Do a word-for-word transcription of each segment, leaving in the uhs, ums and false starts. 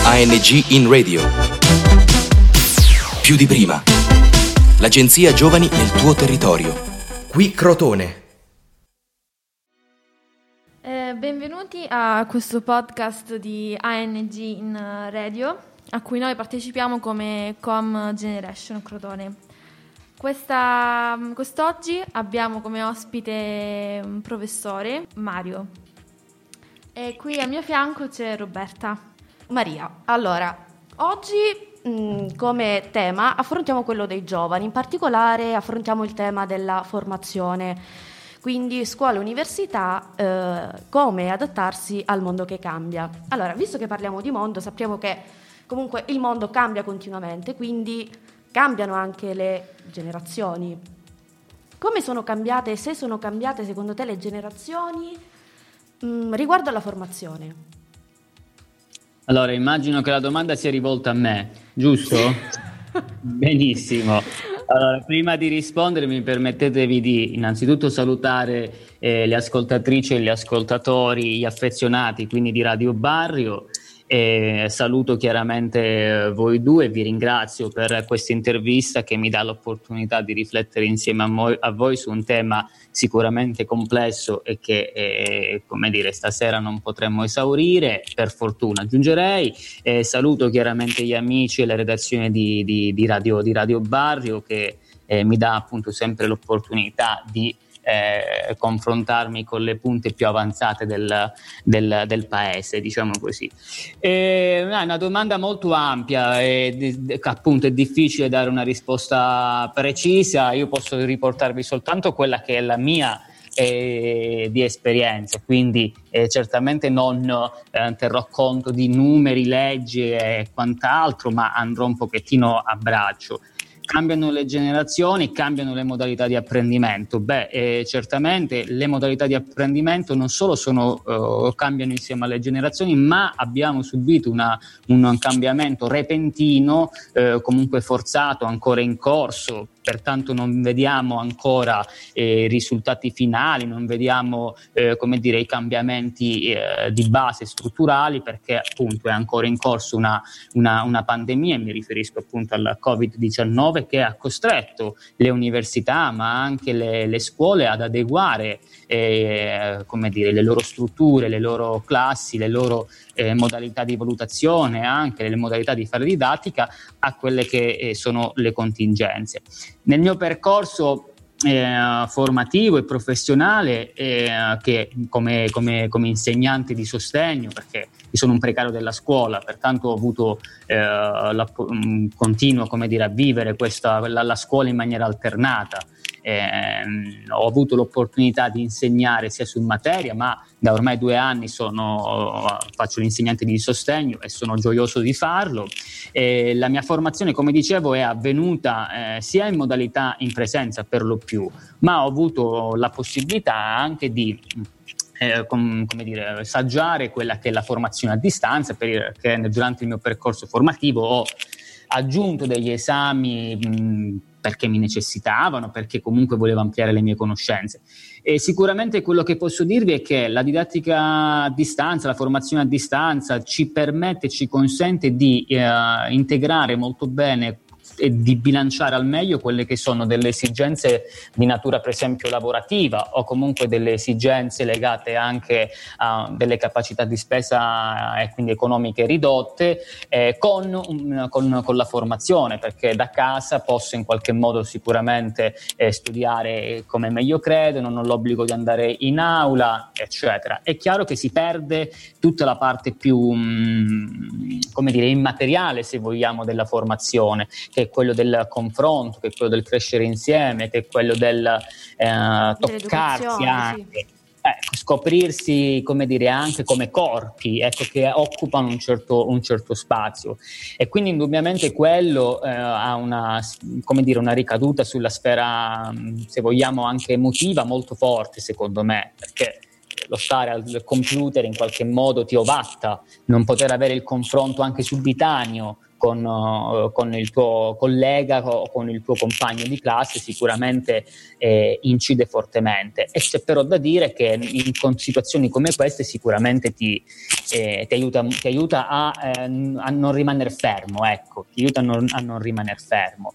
A N G in Radio. Più di prima. L'agenzia Giovani nel tuo territorio. Qui Crotone. Eh, benvenuti a questo podcast di A N G in Radio, a cui noi partecipiamo come Com Generation Crotone. Questa, quest'oggi abbiamo come ospite un professore, Mario, e qui al mio fianco c'è Roberta. Maria, allora, oggi mh, come tema affrontiamo quello dei giovani, in particolare affrontiamo il tema della formazione, quindi scuola e università, eh, come adattarsi al mondo che cambia. Allora, visto che parliamo di mondo, sappiamo che comunque il mondo cambia continuamente, quindi cambiano anche le generazioni. Come sono cambiate, se sono cambiate secondo te le generazioni mh, riguardo alla formazione? Allora, immagino che la domanda sia rivolta a me, giusto? Benissimo. Allora, prima di rispondere mi permettetevi di innanzitutto salutare eh, le ascoltatrici e gli ascoltatori, gli affezionati quindi di Radio Barrio. E saluto chiaramente voi due e vi ringrazio per questa intervista che mi dà l'opportunità di riflettere insieme a, mo- a voi su un tema sicuramente complesso e che eh, come dire stasera non potremmo esaurire, per fortuna aggiungerei. Eh, saluto chiaramente gli amici e la redazione di, di, di, Radio, di Radio Barrio che eh, mi dà appunto sempre l'opportunità di Eh, confrontarmi con le punte più avanzate del, del, del paese, diciamo così. Eh, è una domanda molto ampia e appunto è difficile dare una risposta precisa. Io posso riportarvi soltanto quella che è la mia eh, di esperienza, quindi eh, certamente non eh, terrò conto di numeri, leggi e quant'altro, ma andrò un pochettino a braccio. Cambiano le generazioni, cambiano le modalità di apprendimento. Beh, eh, certamente le modalità di apprendimento non solo sono, uh, cambiano insieme alle generazioni, ma abbiamo subito una, un cambiamento repentino, eh, comunque forzato, ancora in corso. Pertanto non vediamo ancora eh, risultati finali, non vediamo eh, come dire, i cambiamenti eh, di base strutturali, perché appunto è ancora in corso una, una, una pandemia, e mi riferisco appunto al covid diciannove, che ha costretto le università ma anche le, le scuole ad adeguare eh, come dire, le loro strutture, le loro classi, le loro eh, modalità di valutazione, anche le modalità di fare didattica a quelle che eh, sono le contingenze. Nel mio percorso eh, formativo e professionale, eh, che come, come, come insegnante di sostegno, perché io sono un precario della scuola, pertanto ho avuto eh, la, mh, continuo come dire, a vivere questa, la, la scuola in maniera alternata. Eh, ho avuto l'opportunità di insegnare sia su materia, ma da ormai due anni sono, faccio l'insegnante di sostegno e sono gioioso di farlo. Eh, la mia formazione, come dicevo, è avvenuta eh, sia in modalità in presenza per lo più, ma ho avuto la possibilità anche di Eh, com, come dire, saggiare quella che è la formazione a distanza, perché durante il mio percorso formativo ho aggiunto degli esami mh, perché mi necessitavano, perché comunque volevo ampliare le mie conoscenze. E sicuramente quello che posso dirvi è che la didattica a distanza, la formazione a distanza ci permette, ci consente di eh, integrare molto bene e di bilanciare al meglio quelle che sono delle esigenze di natura per esempio lavorativa, o comunque delle esigenze legate anche a delle capacità di spesa e quindi economiche ridotte eh, con, um, con, con la formazione, perché da casa posso in qualche modo sicuramente eh, studiare come meglio credo, non ho l'obbligo di andare in aula, eccetera. È chiaro che si perde tutta la parte più um, come dire immateriale, se vogliamo, della formazione, che è quello del confronto, che è quello del crescere insieme, che è quello del eh, toccarsi anche, sì. eh, scoprirsi, come dire, anche come corpi, ecco, che occupano un certo, un certo spazio. E quindi indubbiamente quello eh, ha una, come dire, una ricaduta sulla sfera, se vogliamo, anche emotiva molto forte, secondo me, perché lo stare al computer in qualche modo ti ovatta, non poter avere il confronto anche subitaneo con, uh, con il tuo collega o con il tuo compagno di classe sicuramente eh, incide fortemente. E c'è però da dire che in, in situazioni come queste sicuramente ti, eh, ti aiuta, ti aiuta a, eh, a non rimanere fermo, ecco, ti aiuta a non, a non rimanere fermo.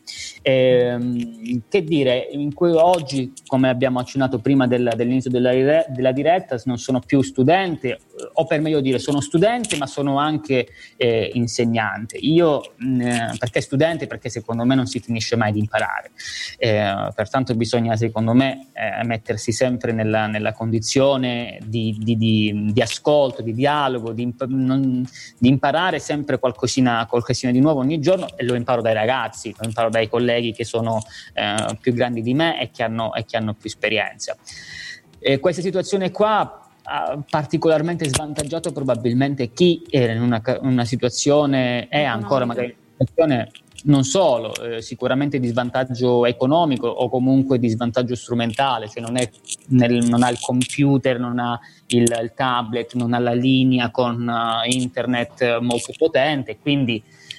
Eh, che dire, in cui oggi, come abbiamo accennato prima del, dell'inizio della, della diretta, non sono più studente, o per meglio dire sono studente ma sono anche eh, insegnante. Io eh, perché studente? Perché secondo me non si finisce mai di imparare, eh, pertanto bisogna secondo me eh, mettersi sempre nella, nella condizione di, di, di, di ascolto, di dialogo, di, imp- non, di imparare sempre qualcosina, qualcosina di nuovo ogni giorno, e lo imparo dai ragazzi, lo imparo dai colleghi che sono eh, più grandi di me e che hanno, e che hanno più esperienza. E questa situazione qua ha particolarmente svantaggiato probabilmente chi era in una, una situazione, è ancora magari in una situazione non solo, eh, sicuramente di svantaggio economico o comunque di svantaggio strumentale, cioè non, è nel, non ha il computer, non ha il, il tablet, non ha la linea con uh, internet molto potente, quindi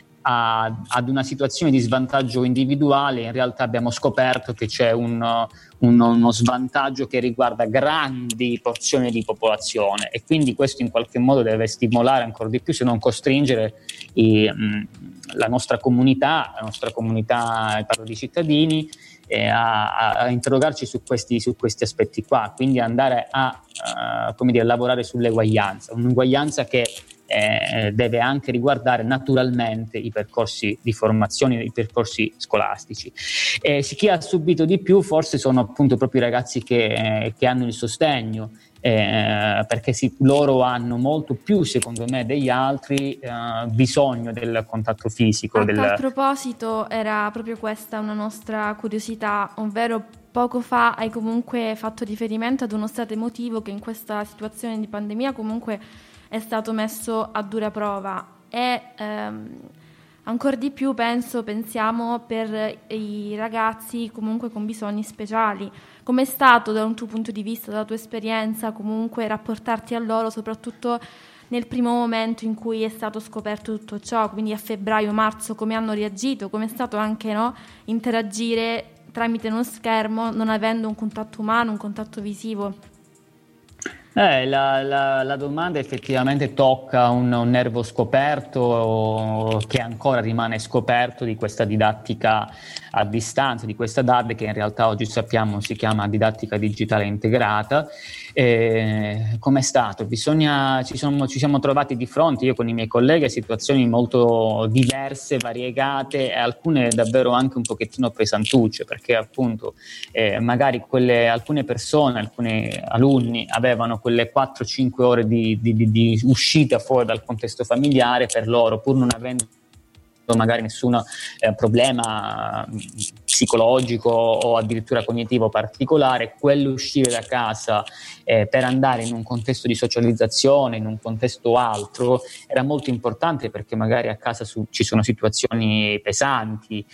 a, ad una situazione di svantaggio individuale in realtà abbiamo scoperto che c'è un, un, uno svantaggio che riguarda grandi porzioni di popolazione, e quindi questo in qualche modo deve stimolare ancora di più, se non costringere i, mh, la nostra comunità, la nostra comunità, parlo di cittadini, eh, a, a interrogarci su questi, su questi aspetti qua, quindi andare a, a come dire, lavorare sull'eguaglianza, un'uguaglianza che Eh, deve anche riguardare naturalmente i percorsi di formazione, i percorsi scolastici. Eh, chi ha subito di più forse sono appunto proprio i ragazzi che, eh, che hanno il sostegno, eh, perché si, loro hanno molto più, secondo me, degli altri eh, bisogno del contatto fisico. A del... tal proposito era proprio questa una nostra curiosità, ovvero poco fa hai comunque fatto riferimento ad uno stato emotivo che in questa situazione di pandemia comunque è stato messo a dura prova, e ehm, ancora di più penso, pensiamo per i ragazzi comunque con bisogni speciali. Com'è stato da un tuo punto di vista, dalla tua esperienza, comunque rapportarti a loro, soprattutto nel primo momento in cui è stato scoperto tutto ciò, quindi a febbraio, marzo, come hanno reagito, com'è stato anche, no, interagire tramite uno schermo, non avendo un contatto umano, un contatto visivo? Eh, la, la, la domanda effettivamente tocca un, un nervo scoperto, che ancora rimane scoperto, di questa didattica a distanza, di questa D A D che in realtà oggi sappiamo si chiama didattica digitale integrata. Eh, com'è stato? Bisogna, ci, sono, ci siamo trovati di fronte, io con i miei colleghi, a situazioni molto diverse, variegate, e alcune davvero anche un pochettino pesantucce, perché appunto eh, magari quelle, alcune persone, alcuni alunni avevano quelle quattro cinque ore di, di, di, di uscita fuori dal contesto familiare, per loro, pur non avendo magari nessun eh, problema psicologico o addirittura cognitivo particolare, quell'uscire da casa eh, per andare in un contesto di socializzazione, in un contesto altro, era molto importante, perché magari a casa su, ci sono situazioni pesanti,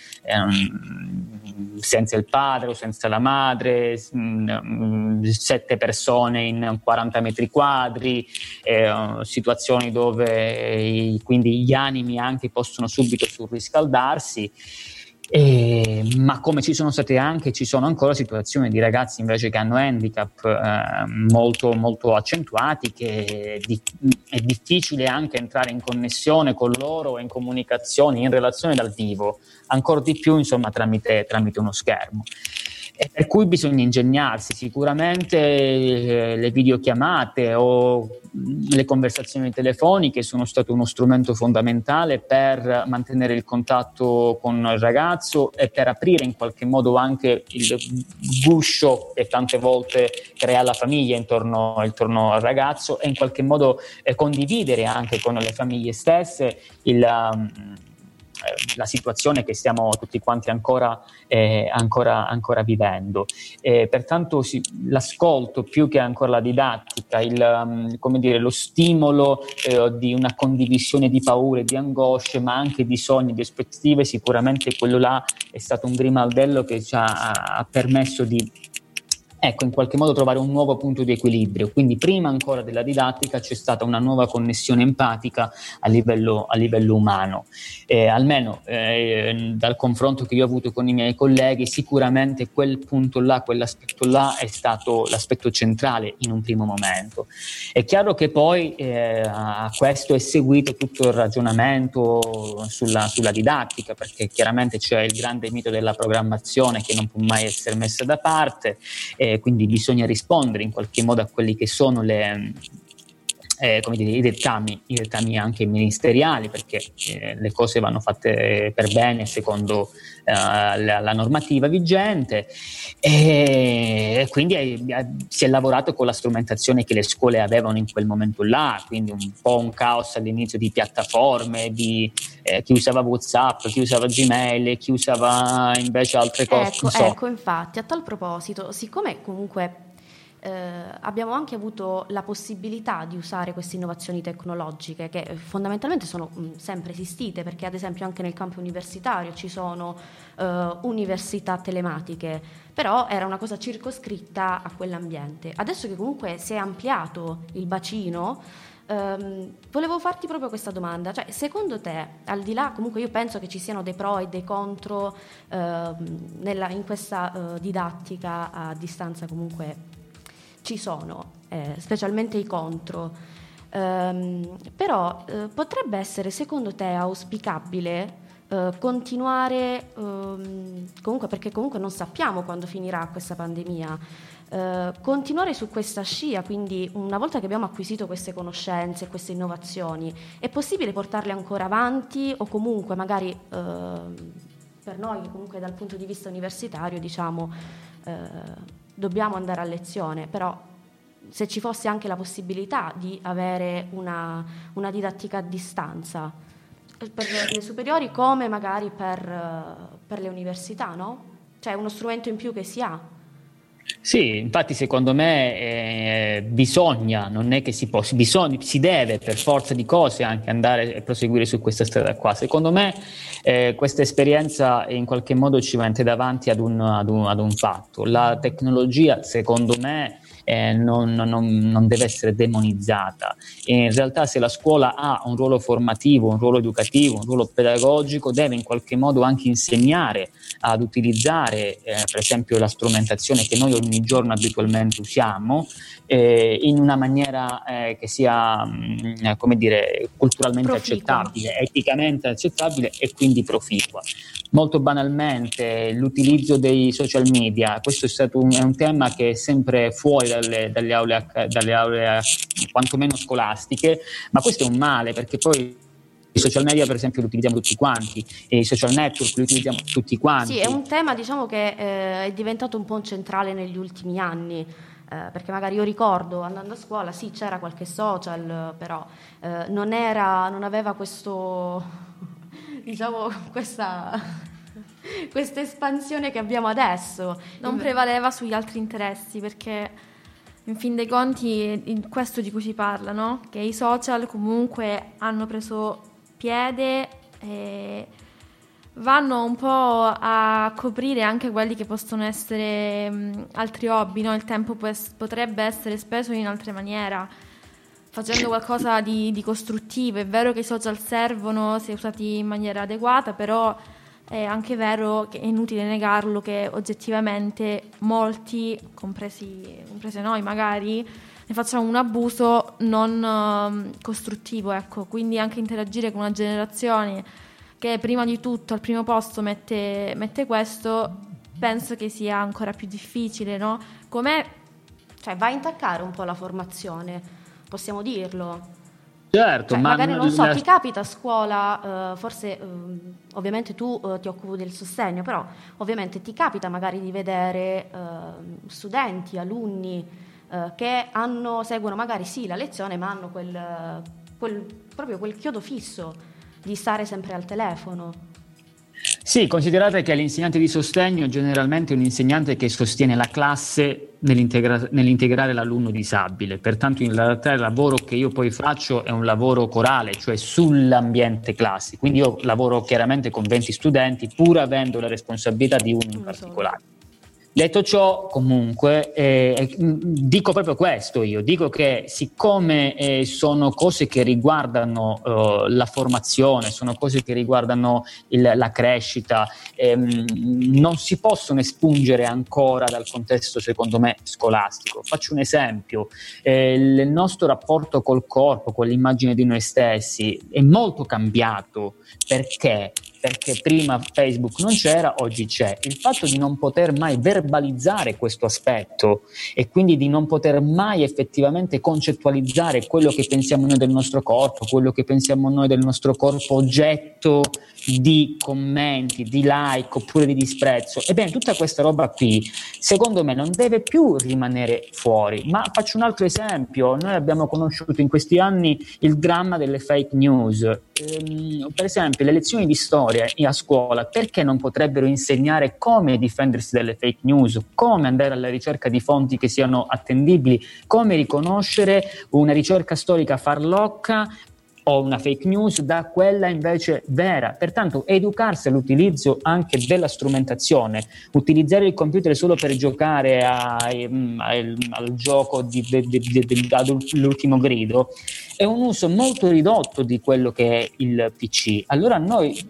ehm, senza il padre o senza la madre, mh, sette persone in quaranta metri quadri, eh, situazioni dove i, quindi gli animi anche possono subito surriscaldarsi. Eh, ma come ci sono state anche, ci sono ancora situazioni di ragazzi invece che hanno handicap eh, molto, molto accentuati, che è, di, è difficile anche entrare in connessione con loro, in comunicazione, in relazione dal vivo, ancora di più insomma tramite, tramite uno schermo. E per cui bisogna ingegnarsi sicuramente. Eh, le videochiamate o le conversazioni telefoniche sono stato uno strumento fondamentale per mantenere il contatto con il ragazzo e per aprire in qualche modo anche il guscio che tante volte crea la famiglia intorno, intorno al ragazzo, e in qualche modo eh, condividere anche con le famiglie stesse il um, la situazione che stiamo tutti quanti ancora, eh, ancora, ancora vivendo. Eh, pertanto sì, l'ascolto più che ancora la didattica, il, um, come dire, lo stimolo eh, di una condivisione di paure, di angosce, ma anche di sogni, di aspettative, sicuramente quello là è stato un grimaldello che ci ha, ha permesso di ecco, in qualche modo trovare un nuovo punto di equilibrio. Quindi prima ancora della didattica c'è stata una nuova connessione empatica a livello, a livello umano. Eh, almeno eh, dal confronto che io ho avuto con i miei colleghi, sicuramente quel punto là, quell'aspetto là è stato l'aspetto centrale in un primo momento. È chiaro che poi eh, a questo è seguito tutto il ragionamento sulla, sulla didattica, perché chiaramente c'è il grande mito della programmazione che non può mai essere messa da parte. Eh, quindi bisogna rispondere in qualche modo a quelli che sono le, eh, come dire, i dettami, i dettami anche ministeriali, perché eh, le cose vanno fatte per bene secondo eh, la, la normativa vigente, e quindi è, si è lavorato con la strumentazione che le scuole avevano in quel momento là, quindi un po' un caos all'inizio di piattaforme, di eh, chi usava WhatsApp, chi usava Gmail, chi usava invece altre cose. Ecco, so. ecco, infatti, a tal proposito, siccome comunque eh, abbiamo anche avuto la possibilità di usare queste innovazioni tecnologiche che fondamentalmente sono mh, sempre esistite, perché ad esempio anche nel campo universitario ci sono eh, università telematiche, però era una cosa circoscritta a quell'ambiente. Adesso che comunque si è ampliato il bacino, Um, volevo farti proprio questa domanda, cioè secondo te, al di là, comunque io penso che ci siano dei pro e dei contro uh, nella, in questa uh, didattica a distanza, comunque ci sono, eh, specialmente i contro, um, però uh, potrebbe essere secondo te auspicabile uh, continuare, um, comunque perché comunque non sappiamo quando finirà questa pandemia, Uh, continuare su questa scia, quindi una volta che abbiamo acquisito queste conoscenze, queste innovazioni, è possibile portarle ancora avanti o comunque magari uh, per noi comunque dal punto di vista universitario diciamo uh, dobbiamo andare a lezione, però se ci fosse anche la possibilità di avere una, una didattica a distanza per le superiori come magari per, uh, per le università, no? Cioè uno strumento in più che si ha. Sì, infatti secondo me eh, bisogna, non è che si può, bisogna, si deve per forza di cose anche andare e proseguire su questa strada qua. Secondo me eh, questa esperienza in qualche modo ci mette davanti ad un, ad un, ad un fatto. La tecnologia, secondo me, eh, non, non, non deve essere demonizzata. E in realtà se la scuola ha un ruolo formativo, un ruolo educativo, un ruolo pedagogico, deve in qualche modo anche insegnare ad utilizzare eh, per esempio la strumentazione che noi ogni giorno abitualmente usiamo eh, in una maniera eh, che sia mh, come dire culturalmente proficua, accettabile, eticamente accettabile e quindi proficua. Molto banalmente l'utilizzo dei social media, questo è stato un, è un tema che è sempre fuori dalle, dalle aule, dalle aule quantomeno scolastiche, ma questo è un male perché poi i social media per esempio li utilizziamo tutti quanti e i social network li utilizziamo tutti quanti. Sì, è un tema diciamo che eh, è diventato un po' centrale negli ultimi anni, eh, perché magari io ricordo andando a scuola sì c'era qualche social, però eh, non era, non aveva questo diciamo questa questa espansione che abbiamo adesso. Non prevaleva sugli altri interessi, perché in fin dei conti è questo di cui si parla, no? Che i social comunque hanno preso piede e vanno un po' a coprire anche quelli che possono essere mh, altri hobby, no? Il tempo può es- potrebbe essere speso in altre maniere, facendo qualcosa di, di costruttivo. È vero che i social servono se usati in maniera adeguata, però è anche vero che è inutile negarlo che oggettivamente molti, compresi, compresi noi magari, ne facciamo un abuso non uh, costruttivo, ecco. Quindi anche interagire con una generazione che prima di tutto al primo posto mette, mette questo, penso che sia ancora più difficile, no? Com'è? Cioè va a intaccare un po' la formazione, possiamo dirlo. Certo, Cioè, ma magari non so, la... ti capita a scuola, uh, forse uh, ovviamente tu uh, ti occupi del sostegno, però ovviamente ti capita magari di vedere uh, studenti, alunni uh, che hanno, seguono magari sì la lezione, ma hanno quel, quel, proprio quel chiodo fisso di stare sempre al telefono. Sì, considerate che l'insegnante di sostegno generalmente è un insegnante che sostiene la classe nell'integra- nell'integrare l'alunno disabile, pertanto in realtà il lavoro che io poi faccio è un lavoro corale, cioè sull'ambiente classe, quindi io lavoro chiaramente con venti studenti pur avendo la responsabilità di uno in particolare. Detto ciò, comunque, eh, dico proprio questo io, dico che siccome eh, sono cose che riguardano eh, la formazione, sono cose che riguardano il, la crescita, ehm, non si possono espungere ancora dal contesto, secondo me, scolastico. Faccio un esempio, eh, il nostro rapporto col corpo, con l'immagine di noi stessi è molto cambiato. Perché? Perché prima Facebook non c'era, oggi c'è. Il fatto di non poter mai verbalizzare questo aspetto e quindi di non poter mai effettivamente concettualizzare quello che pensiamo noi del nostro corpo, quello che pensiamo noi del nostro corpo oggetto di commenti, di like oppure di disprezzo. Ebbene, tutta questa roba qui, secondo me, non deve più rimanere fuori. Ma faccio un altro esempio. Noi abbiamo conosciuto in questi anni il dramma delle fake news. Ehm, per esempio, le lezioni di storia a scuola, perché non potrebbero insegnare come difendersi dalle fake news, come andare alla ricerca di fonti che siano attendibili, come riconoscere una ricerca storica farlocca o una fake news da quella invece vera. Pertanto educarsi all'utilizzo anche della strumentazione, utilizzare il computer solo per giocare a, a, al, al gioco di, di, di, di, all'ultimo grido è un uso molto ridotto di quello che è il P C. Allora noi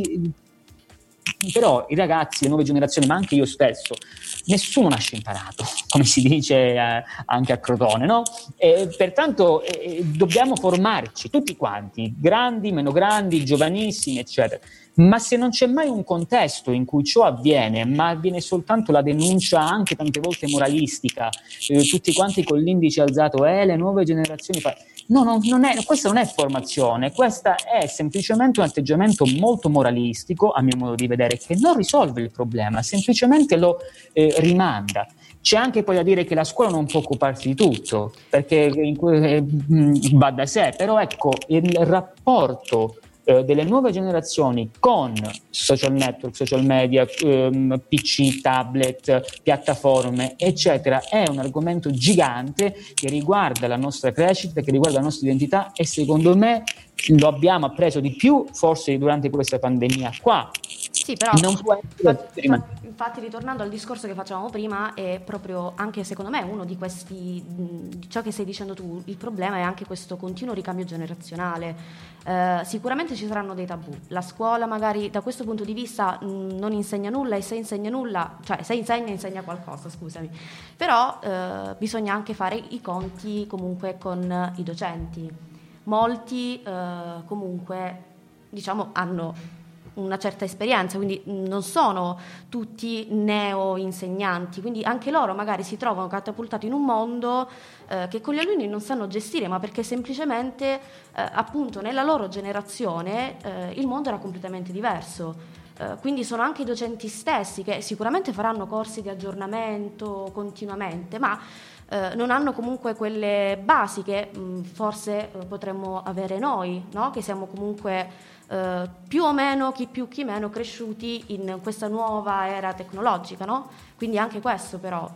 però i ragazzi, le nuove generazioni, ma anche io stesso, nessuno nasce imparato, come si dice eh, anche a Crotone, no? E pertanto eh, dobbiamo formarci tutti quanti, grandi, meno grandi, giovanissimi, eccetera. Ma se non c'è mai un contesto in cui ciò avviene, ma avviene soltanto la denuncia anche tante volte moralistica, eh, tutti quanti con l'indice alzato, eh, le nuove generazioni fa... No, no, non è, questa non è formazione, questa è semplicemente un atteggiamento molto moralistico, a mio modo di vedere, che non risolve il problema, semplicemente lo eh, rimanda. C'è anche poi da dire che la scuola non può occuparsi di tutto, perché in, eh, va da sé, però ecco, il rapporto eh, delle nuove generazioni con social network, social media, ehm, P C, tablet, piattaforme, eccetera, è un argomento gigante che riguarda la nostra crescita, che riguarda la nostra identità e secondo me lo abbiamo appreso di più forse durante questa pandemia qua. Sì, però non può essere infatti, infatti ritornando al discorso che facevamo prima, è proprio anche secondo me uno di questi, di ciò che stai dicendo tu, il problema è anche questo continuo ricambio generazionale. Eh, sicuramente ci saranno dei tabù, la scuola magari da questo punto di vista mh, non insegna nulla, e se insegna nulla, cioè se insegna insegna qualcosa, scusami, però eh, bisogna anche fare i conti comunque con i docenti. Molti eh, comunque diciamo hanno una certa esperienza, quindi non sono tutti neo insegnanti, quindi anche loro magari si trovano catapultati in un mondo eh, che con gli alunni non sanno gestire, ma perché semplicemente eh, appunto nella loro generazione eh, il mondo era completamente diverso. Uh, quindi sono anche i docenti stessi che sicuramente faranno corsi di aggiornamento continuamente, ma uh, non hanno comunque quelle basi che mh, forse uh, potremmo avere noi, no? Che siamo comunque uh, più o meno, chi più chi meno, cresciuti in questa nuova era tecnologica, no? Quindi anche questo però...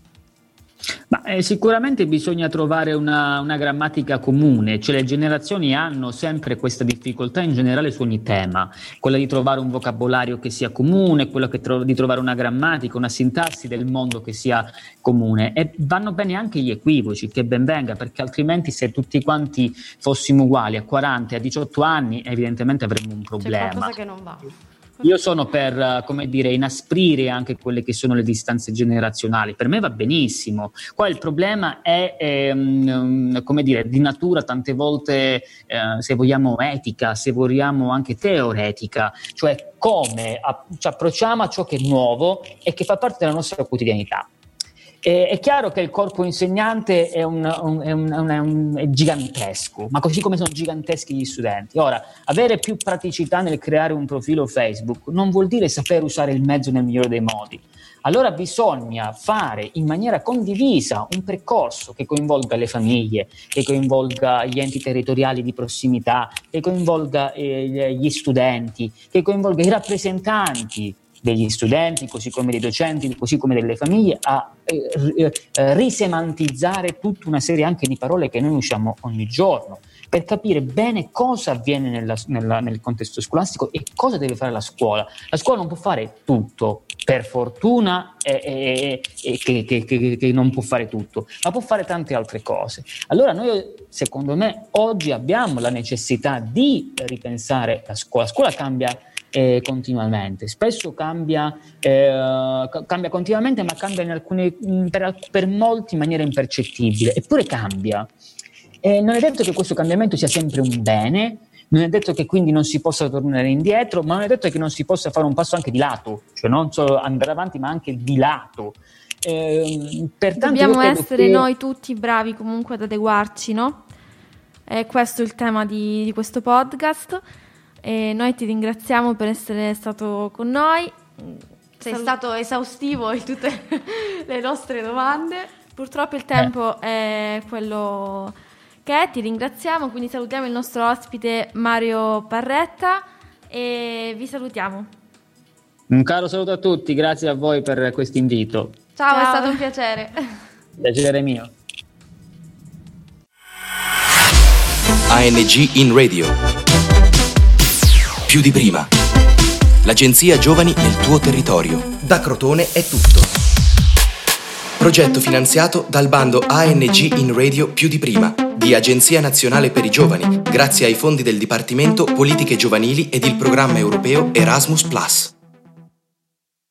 Ma eh, sicuramente bisogna trovare una, una grammatica comune, cioè le generazioni hanno sempre questa difficoltà in generale su ogni tema, quella di trovare un vocabolario che sia comune, quella che tro- di trovare una grammatica, una sintassi del mondo che sia comune, e vanno bene anche gli equivoci, che ben venga, perché altrimenti se tutti quanti fossimo uguali a quaranta e a diciotto anni evidentemente avremmo un problema. C'è qualcosa che non va. Io sono per, come dire, inasprire anche quelle che sono le distanze generazionali. Per me va benissimo. Qua il problema è, ehm, come dire, di natura tante volte, eh, se vogliamo, etica, se vogliamo anche teoretica, cioè come a, ci approcciamo a ciò che è nuovo e che fa parte della nostra quotidianità. E, è chiaro che il corpo insegnante è, un, un, è, un, è, un, è gigantesco, ma così come sono giganteschi gli studenti. Ora, avere più praticità nel creare un profilo Facebook non vuol dire saper usare il mezzo nel migliore dei modi. Allora bisogna fare in maniera condivisa un percorso che coinvolga le famiglie, che coinvolga gli enti territoriali di prossimità, che coinvolga eh, gli studenti, che coinvolga i rappresentanti degli studenti, così come dei docenti, così come delle famiglie, a eh, eh, risemantizzare tutta una serie anche di parole che noi usiamo ogni giorno, per capire bene cosa avviene nella, nella, nel contesto scolastico e cosa deve fare la scuola. La scuola non può fare tutto, per fortuna è, è, è che, che, che, che non può fare tutto, ma può fare tante altre cose. Allora noi, secondo me, oggi abbiamo la necessità di ripensare la scuola. La scuola cambia eh, continuamente, spesso cambia, eh, cambia continuamente, ma cambia in alcune, per, per molti in maniera impercettibile, eppure cambia. E non è detto che questo cambiamento sia sempre un bene, non è detto che quindi non si possa tornare indietro, ma non è detto che non si possa fare un passo anche di lato, cioè non solo andare avanti ma anche di lato. Eh, pertanto dobbiamo essere che... noi tutti bravi comunque ad adeguarci, no? E questo è il tema di, di questo podcast, e noi ti ringraziamo per essere stato con noi. Sei Sal- stato esaustivo in tutte le nostre domande. Purtroppo il tempo eh. è quello che è, ti ringraziamo, quindi salutiamo il nostro ospite Mario Parretta e vi salutiamo. Un caro saluto a tutti, grazie a voi per questo invito. Ciao, Ciao, è stato un piacere. Piacere mio. A N G in Radio. Più di prima. L'agenzia Giovani nel tuo territorio. Da Crotone è tutto. Progetto finanziato dal bando A N G in Radio Più di prima di Agenzia Nazionale per i Giovani, grazie ai fondi del Dipartimento Politiche Giovanili ed il programma europeo Erasmus Plus.